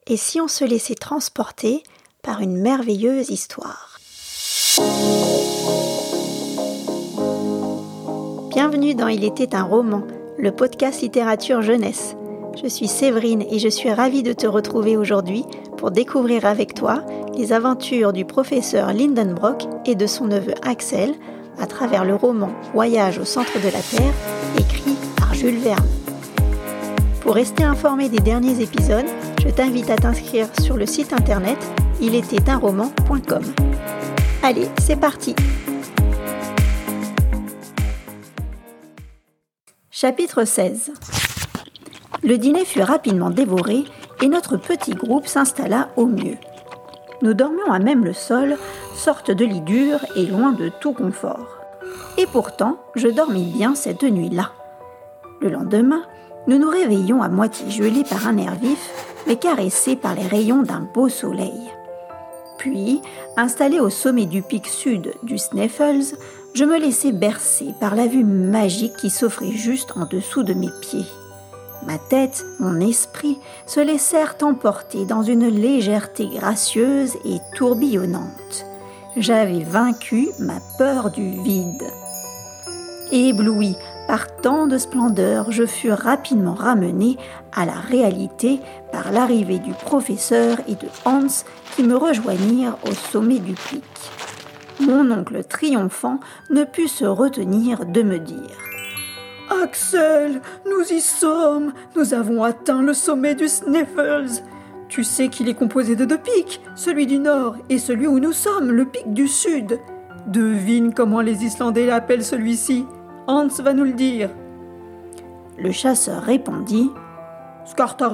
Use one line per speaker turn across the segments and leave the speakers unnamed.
Et si on se laissait transporter par une merveilleuse histoire? Bienvenue dans Il était un roman, le podcast littérature jeunesse. Je suis Séverine et je suis ravie de te retrouver aujourd'hui pour découvrir avec toi les aventures du professeur Lindenbrock et de son neveu Axel à travers le roman Voyage au centre de la Terre, écrit par Jules Verne. Pour rester informé des derniers épisodes, je t'invite à t'inscrire sur le site internet iletaitaunroman.com. Allez, c'est parti! Chapitre 16. Le dîner fut rapidement dévoré et notre petit groupe s'installa au mieux. Nous dormions à même le sol, sorte de lit dur et loin de tout confort. Et pourtant, je dormis bien cette nuit-là. Le lendemain, nous nous réveillions à moitié gelés par un air vif, mais caressés par les rayons d'un beau soleil. Puis, installé au sommet du pic sud du Sneffels, je me laissai bercer par la vue magique qui s'offrait juste en dessous de mes pieds. Ma tête, mon esprit se laissèrent emporter dans une légèreté gracieuse et tourbillonnante. J'avais vaincu ma peur du vide. Ébloui par tant de splendeur, je fus rapidement ramené à la réalité par l'arrivée du professeur et de Hans qui me rejoignirent au sommet du pic. Mon oncle triomphant ne put se retenir de me dire « Axel, nous y sommes! Nous avons atteint le sommet du Sneffels! Tu sais qu'il est composé de 2 pics, celui du nord et celui où nous sommes, le pic du sud. Devine comment les Islandais l'appellent celui-ci. Hans va nous le dire. » Le chasseur répondit « Skartaris. »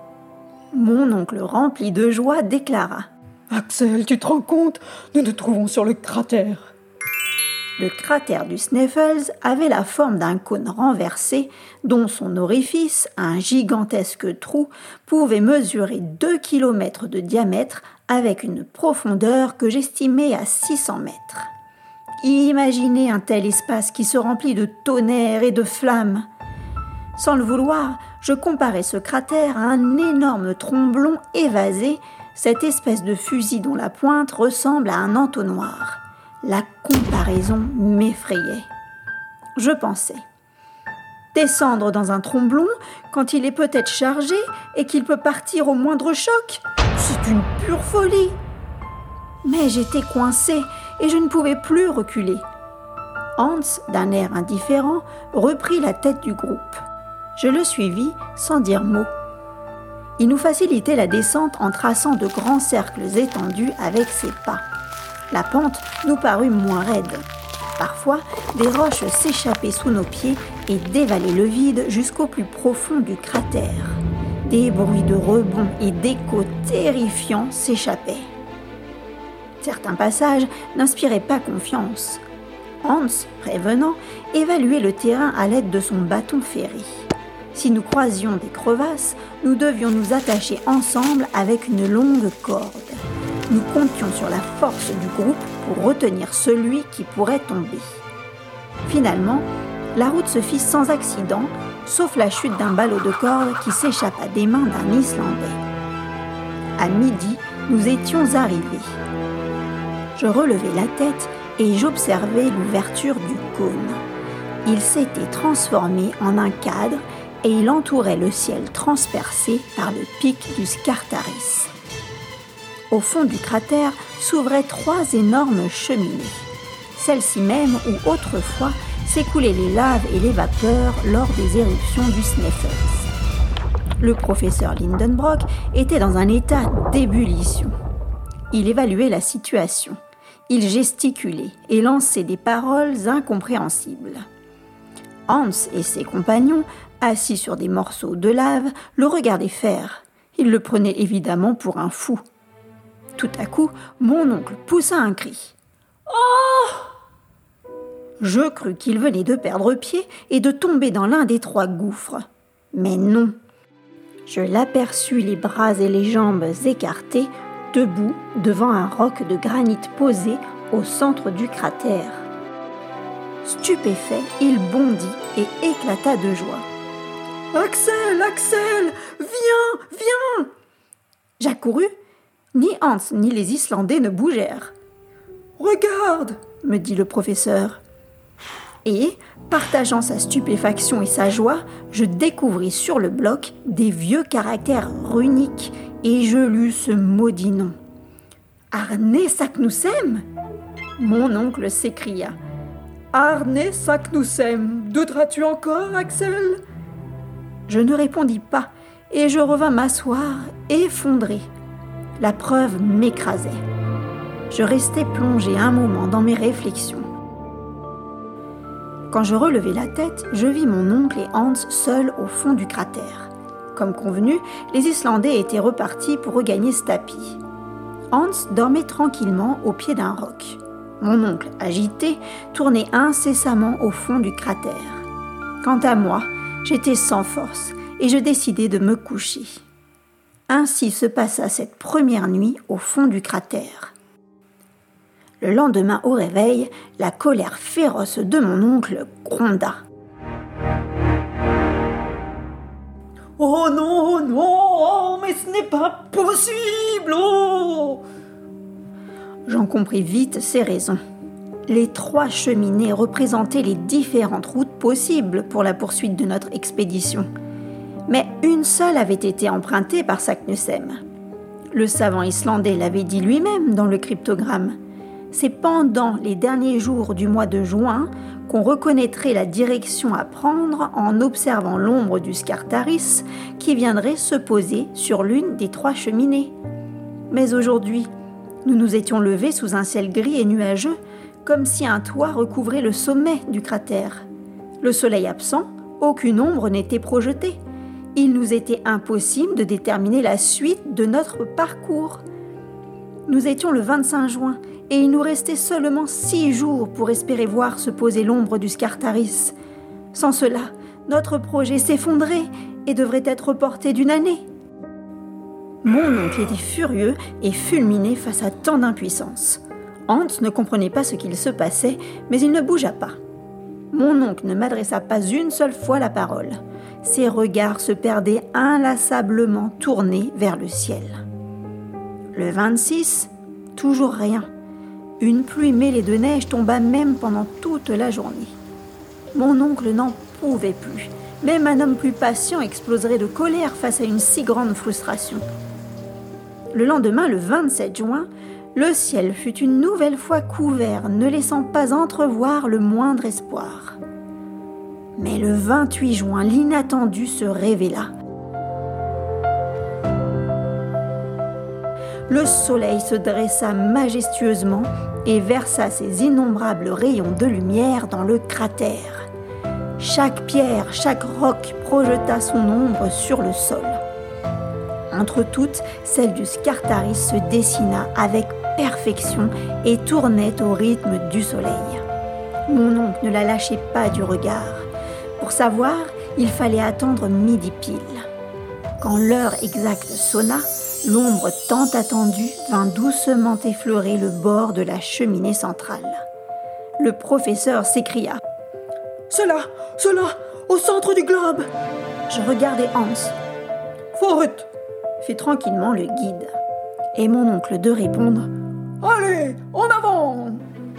Mon oncle rempli de joie déclara « Axel, tu te rends compte? Nous nous trouvons sur le cratère. » Le cratère du Sneffels avait la forme d'un cône renversé dont son orifice, un gigantesque trou, pouvait mesurer 2 kilomètres de diamètre avec une profondeur que j'estimais à 600 mètres. Imaginez un tel espace qui se remplit de tonnerre et de flammes. Sans le vouloir, je comparais ce cratère à un énorme tromblon évasé, cette espèce de fusil dont la pointe ressemble à un entonnoir. La comparaison m'effrayait. Je pensais, descendre dans un tromblon quand il est peut-être chargé et qu'il peut partir au moindre choc, c'est une pure folie. Mais j'étais coincée et je ne pouvais plus reculer. Hans, d'un air indifférent, reprit la tête du groupe. Je le suivis sans dire mot. Il nous facilitait la descente en traçant de grands cercles étendus avec ses pas. La pente nous parut moins raide. Parfois, des roches s'échappaient sous nos pieds et dévalaient le vide jusqu'au plus profond du cratère. Des bruits de rebonds et d'échos terrifiants s'échappaient. Certains passages n'inspiraient pas confiance. Hans, prévenant, évaluait le terrain à l'aide de son bâton ferré. Si nous croisions des crevasses, nous devions nous attacher ensemble avec une longue corde. Nous comptions sur la force du groupe pour retenir celui qui pourrait tomber. Finalement, la route se fit sans accident, sauf la chute d'un ballot de corde qui s'échappa des mains d'un Islandais. À midi, nous étions arrivés. Je relevai la tête et j'observai l'ouverture du cône. Il s'était transformé en un cadre et il entourait le ciel transpercé par le pic du Skartaris. Au fond du cratère s'ouvraient 3 énormes cheminées, celles-ci même où autrefois s'écoulaient les laves et les vapeurs lors des éruptions du Sneffels. Le professeur Lindenbrock était dans un état d'ébullition. Il évaluait la situation. Il gesticulait et lançait des paroles incompréhensibles. Hans et ses compagnons, assis sur des morceaux de lave, le regardaient faire. Ils le prenaient évidemment pour un fou. Tout à coup, mon oncle poussa un cri. « Oh !» Je crus qu'il venait de perdre pied et de tomber dans l'un des 3 gouffres. Mais non. Je l'aperçus les bras et les jambes écartés, debout devant un roc de granit posé au centre du cratère. Stupéfait, il bondit et éclata de joie. « Axel, Axel, viens, viens !» accourut. Ni Hans ni les Islandais ne bougèrent. « Regarde !» me dit le professeur. Et, partageant sa stupéfaction et sa joie, je découvris sur le bloc des vieux caractères runiques et je lus ce maudit nom. « Arne Saknussemm » Mon oncle s'écria. « Arne Saknussemm, douteras-tu encore, Axel ?» Je ne répondis pas et je revins m'asseoir, effondré. La preuve m'écrasait. Je restai plongé un moment dans mes réflexions. Quand je relevai la tête, je vis mon oncle et Hans seuls au fond du cratère. Comme convenu, les Islandais étaient repartis pour regagner Stapi. Hans dormait tranquillement au pied d'un roc. Mon oncle, agité, tournait incessamment au fond du cratère. Quant à moi, j'étais sans force et je décidai de me coucher. Ainsi se passa cette première nuit au fond du cratère. Le lendemain au réveil, la colère féroce de mon oncle gronda. « Oh non, non, mais ce n'est pas possible, oh !» J'en compris vite ses raisons. Les 3 cheminées représentaient les différentes routes possibles pour la poursuite de notre expédition. Mais une seule avait été empruntée par Saknussemm. Le savant islandais l'avait dit lui-même dans le cryptogramme. C'est pendant les derniers jours du mois de juin qu'on reconnaîtrait la direction à prendre en observant l'ombre du Scartaris qui viendrait se poser sur l'une des 3 cheminées. Mais aujourd'hui, nous nous étions levés sous un ciel gris et nuageux, comme si un toit recouvrait le sommet du cratère. Le soleil absent, aucune ombre n'était projetée. Il nous était impossible de déterminer la suite de notre parcours. Nous étions le 25 juin et il nous restait seulement 6 jours pour espérer voir se poser l'ombre du Scartaris. Sans cela, notre projet s'effondrait et devrait être reporté d'1 année. Mon oncle était furieux et fulminé face à tant d'impuissance. Hans ne comprenait pas ce qu'il se passait, mais il ne bougea pas. Mon oncle ne m'adressa pas une seule fois la parole. Ses regards se perdaient inlassablement tournés vers le ciel. Le 26, toujours rien. Une pluie mêlée de neige tomba même pendant toute la journée. Mon oncle n'en pouvait plus. Même un homme plus patient exploserait de colère face à une si grande frustration. Le lendemain, le 27 juin, le ciel fut une nouvelle fois couvert, ne laissant pas entrevoir le moindre espoir. Mais le 28 juin, l'inattendu se révéla. Le soleil se dressa majestueusement et versa ses innombrables rayons de lumière dans le cratère. Chaque pierre, chaque roc projeta son ombre sur le sol. Entre toutes, celle du Scartaris se dessina avec perfection et tournait au rythme du soleil. Mon oncle ne la lâchait pas du regard. Pour savoir, il fallait attendre midi pile. Quand l'heure exacte sonna, l'ombre tant attendue vint doucement effleurer le bord de la cheminée centrale. Le professeur s'écria « Cela, au centre du globe !» Je regardai Hans. « Forut !» fit tranquillement le guide. Et mon oncle de répondre « Allez, en avant !»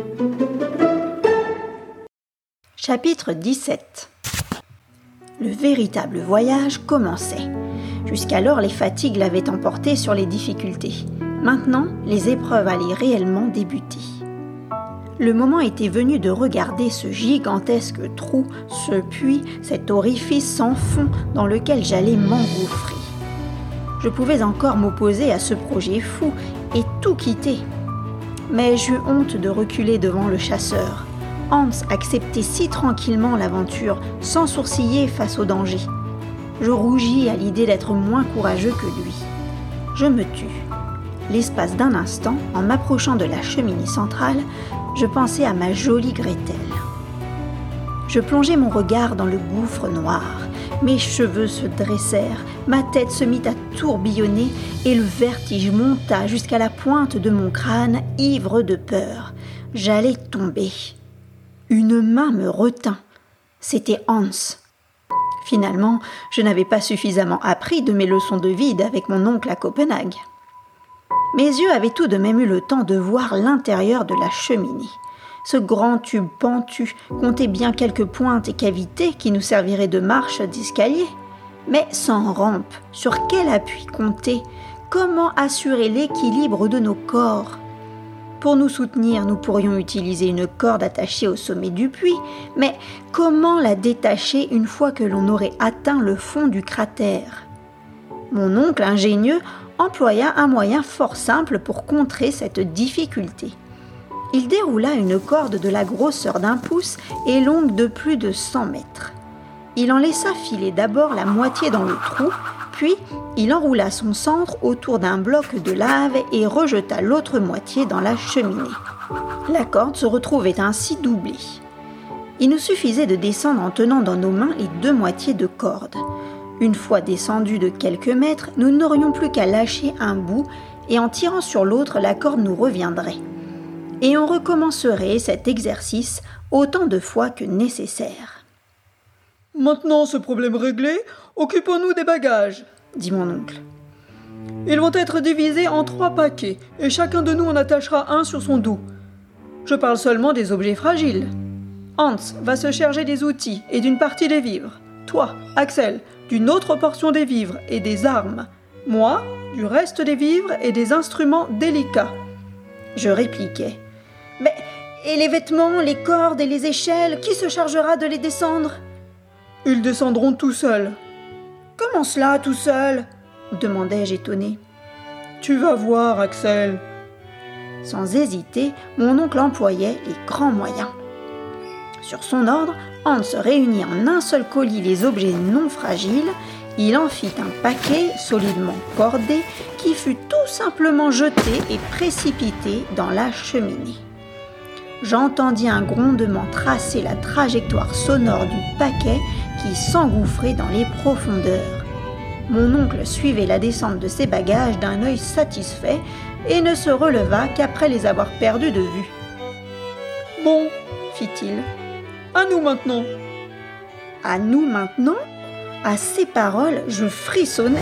Chapitre 17. Le véritable voyage commençait. Jusqu'alors, les fatigues l'avaient emporté sur les difficultés. Maintenant, les épreuves allaient réellement débuter. Le moment était venu de regarder ce gigantesque trou, ce puits, cet orifice sans fond dans lequel j'allais m'engouffrer. Je pouvais encore m'opposer à ce projet fou et tout quitter. Mais j'eus honte de reculer devant le chasseur. Hans acceptait si tranquillement l'aventure, sans sourciller face au danger. Je rougis à l'idée d'être moins courageux que lui. Je me tus. L'espace d'un instant, en m'approchant de la cheminée centrale, je pensais à ma jolie Gretel. Je plongeai mon regard dans le gouffre noir. Mes cheveux se dressèrent, ma tête se mit à tourbillonner et le vertige monta jusqu'à la pointe de mon crâne, ivre de peur. J'allais tomber. Une main me retint. C'était Hans. Finalement, je n'avais pas suffisamment appris de mes leçons de vide avec mon oncle à Copenhague. Mes yeux avaient tout de même eu le temps de voir l'intérieur de la cheminée. Ce grand tube pentu comptait bien quelques pointes et cavités qui nous serviraient de marche d'escalier. Mais sans rampe, sur quel appui compter? Comment assurer l'équilibre de nos corps? Pour nous soutenir, nous pourrions utiliser une corde attachée au sommet du puits, mais comment la détacher une fois que l'on aurait atteint le fond du cratère? Mon oncle ingénieux employa un moyen fort simple pour contrer cette difficulté. Il déroula une corde de la grosseur d'1 pouce et longue de plus de 100 mètres. Il en laissa filer d'abord la moitié dans le trou, puis il enroula son centre autour d'un bloc de lave et rejeta l'autre moitié dans la cheminée. La corde se retrouvait ainsi doublée. Il nous suffisait de descendre en tenant dans nos mains les 2 moitiés de corde. Une fois descendus de quelques mètres, nous n'aurions plus qu'à lâcher un bout et en tirant sur l'autre, la corde nous reviendrait. Et on recommencerait cet exercice autant de fois que nécessaire.
« Maintenant ce problème réglé, occupons-nous des bagages, » dit mon oncle. « Ils vont être divisés en 3 paquets et chacun de nous en attachera un sur son dos. Je parle seulement des objets fragiles. Hans va se charger des outils et d'une partie des vivres. Toi, Axel, d'une autre portion des vivres et des armes. Moi, du reste des vivres et des instruments délicats. »
Je répliquai. « Mais et les vêtements, les cordes et les échelles, qui se chargera de les descendre ?»«
Ils descendront tout seuls. »«
Comment cela, tout seuls ?» demandai-je étonné.
« Tu vas voir, Axel. »
Sans hésiter, mon oncle employait les grands moyens. Sur son ordre, Hans réunit en un seul colis les objets non fragiles. Il en fit un paquet solidement cordé qui fut tout simplement jeté et précipité dans la cheminée. J'entendis un grondement tracer la trajectoire sonore du paquet qui s'engouffrait dans les profondeurs. Mon oncle suivait la descente de ses bagages d'un œil satisfait et ne se releva qu'après les avoir perdus de vue.
« Bon, fit-il, à nous maintenant. »«
À nous maintenant ?» À ces paroles, je frissonnais.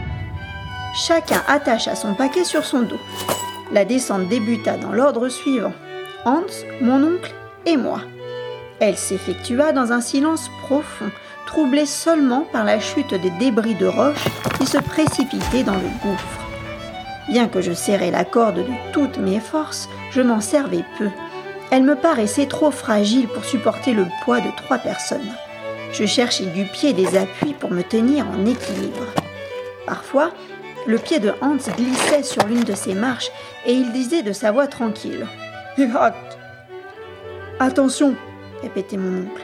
Chacun attacha son paquet sur son dos. La descente débuta dans l'ordre suivant. Hans, mon oncle et moi. Elle s'effectua dans un silence profond, troublé seulement par la chute des débris de roches qui se précipitaient dans le gouffre. Bien que je serrais la corde de toutes mes forces, je m'en servais peu. Elle me paraissait trop fragile pour supporter le poids de 3 personnes. Je cherchais du pied des appuis pour me tenir en équilibre. Parfois, le pied de Hans glissait sur l'une de ses marches et il disait de sa voix tranquille. «
Hâte !»« Attention !»
répétait mon oncle.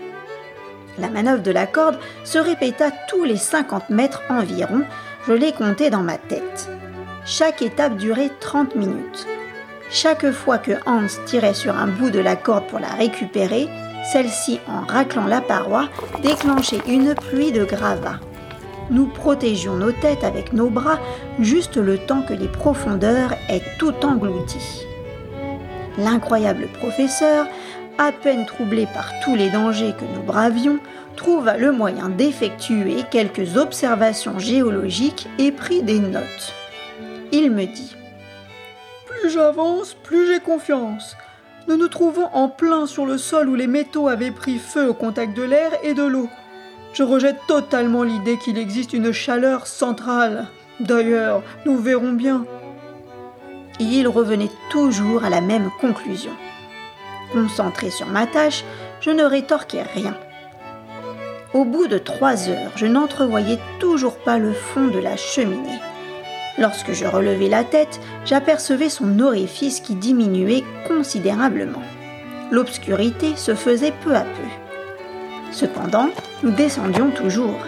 La manœuvre de la corde se répéta tous les 50 mètres environ. Je les comptais dans ma tête. Chaque étape durait 30 minutes. Chaque fois que Hans tirait sur un bout de la corde pour la récupérer, celle-ci, en raclant la paroi, déclenchait une pluie de gravats. Nous protégions nos têtes avec nos bras, juste le temps que les profondeurs aient tout englouti. L'incroyable professeur, à peine troublé par tous les dangers que nous bravions, trouva le moyen d'effectuer quelques observations géologiques et prit des notes. Il me dit :
« Plus j'avance, plus j'ai confiance. Nous nous trouvons en plein sur le sol où les métaux avaient pris feu au contact de l'air et de l'eau. Je rejette totalement l'idée qu'il existe une chaleur centrale. D'ailleurs, nous verrons bien. »
Et il revenait toujours à la même conclusion. Concentré sur ma tâche, je ne rétorquais rien. Au bout de 3 heures, je n'entrevoyais toujours pas le fond de la cheminée. Lorsque je relevai la tête, j'apercevais son orifice qui diminuait considérablement. L'obscurité se faisait peu à peu. Cependant, nous descendions toujours.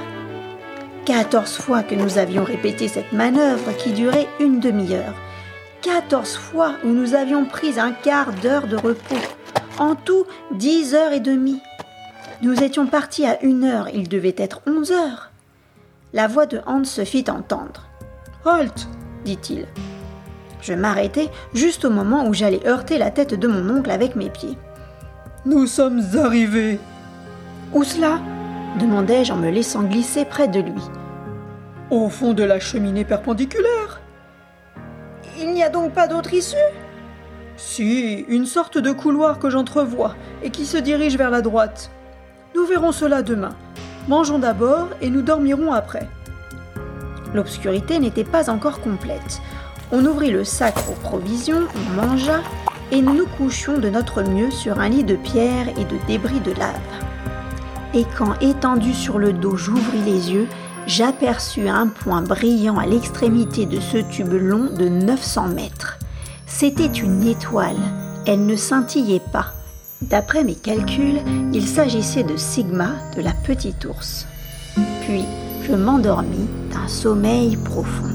14 fois que nous avions répété cette manœuvre qui durait une demi-heure. 14 fois où nous avions pris un quart d'heure de repos. En tout, 10 heures et demie. Nous étions partis à 1 heure, il devait être 11 heures. La voix de Hans se fit entendre.
« Halt !»
dit-il. Je m'arrêtai juste au moment où j'allais heurter la tête de mon oncle avec mes pieds.
« Nous sommes arrivés !»«
Où cela ?» demandai-je en me laissant glisser près de lui.
« Au fond de la cheminée perpendiculaire. »
il n'y a donc pas d'autre issue ?
Si, une sorte de couloir que j'entrevois et qui se dirige vers la droite. Nous verrons cela demain. Mangeons d'abord et nous dormirons après.
L'obscurité n'était pas encore complète. On ouvrit le sac aux provisions, on mangea et nous nous couchions de notre mieux sur un lit de pierre et de débris de lave. Et quand, étendu sur le dos, j'ouvris les yeux, j'aperçus un point brillant à l'extrémité de ce tube long de 900 mètres. C'était une étoile, elle ne scintillait pas. D'après mes calculs, il s'agissait de Sigma, de la petite ours. Puis, je m'endormis d'un sommeil profond.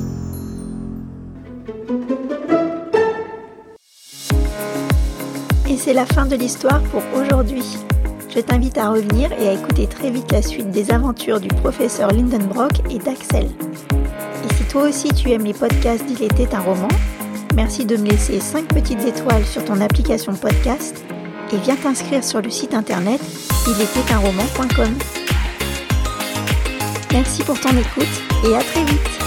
Et c'est la fin de l'histoire pour aujourd'hui. Je t'invite à revenir et à écouter très vite la suite des aventures du professeur Lindenbrock et d'Axel. Et si toi aussi tu aimes les podcasts d'Il était un roman, merci de me laisser 5 petites étoiles sur ton application podcast et viens t'inscrire sur le site internet iletaitaunroman.com. Merci pour ton écoute et à très vite.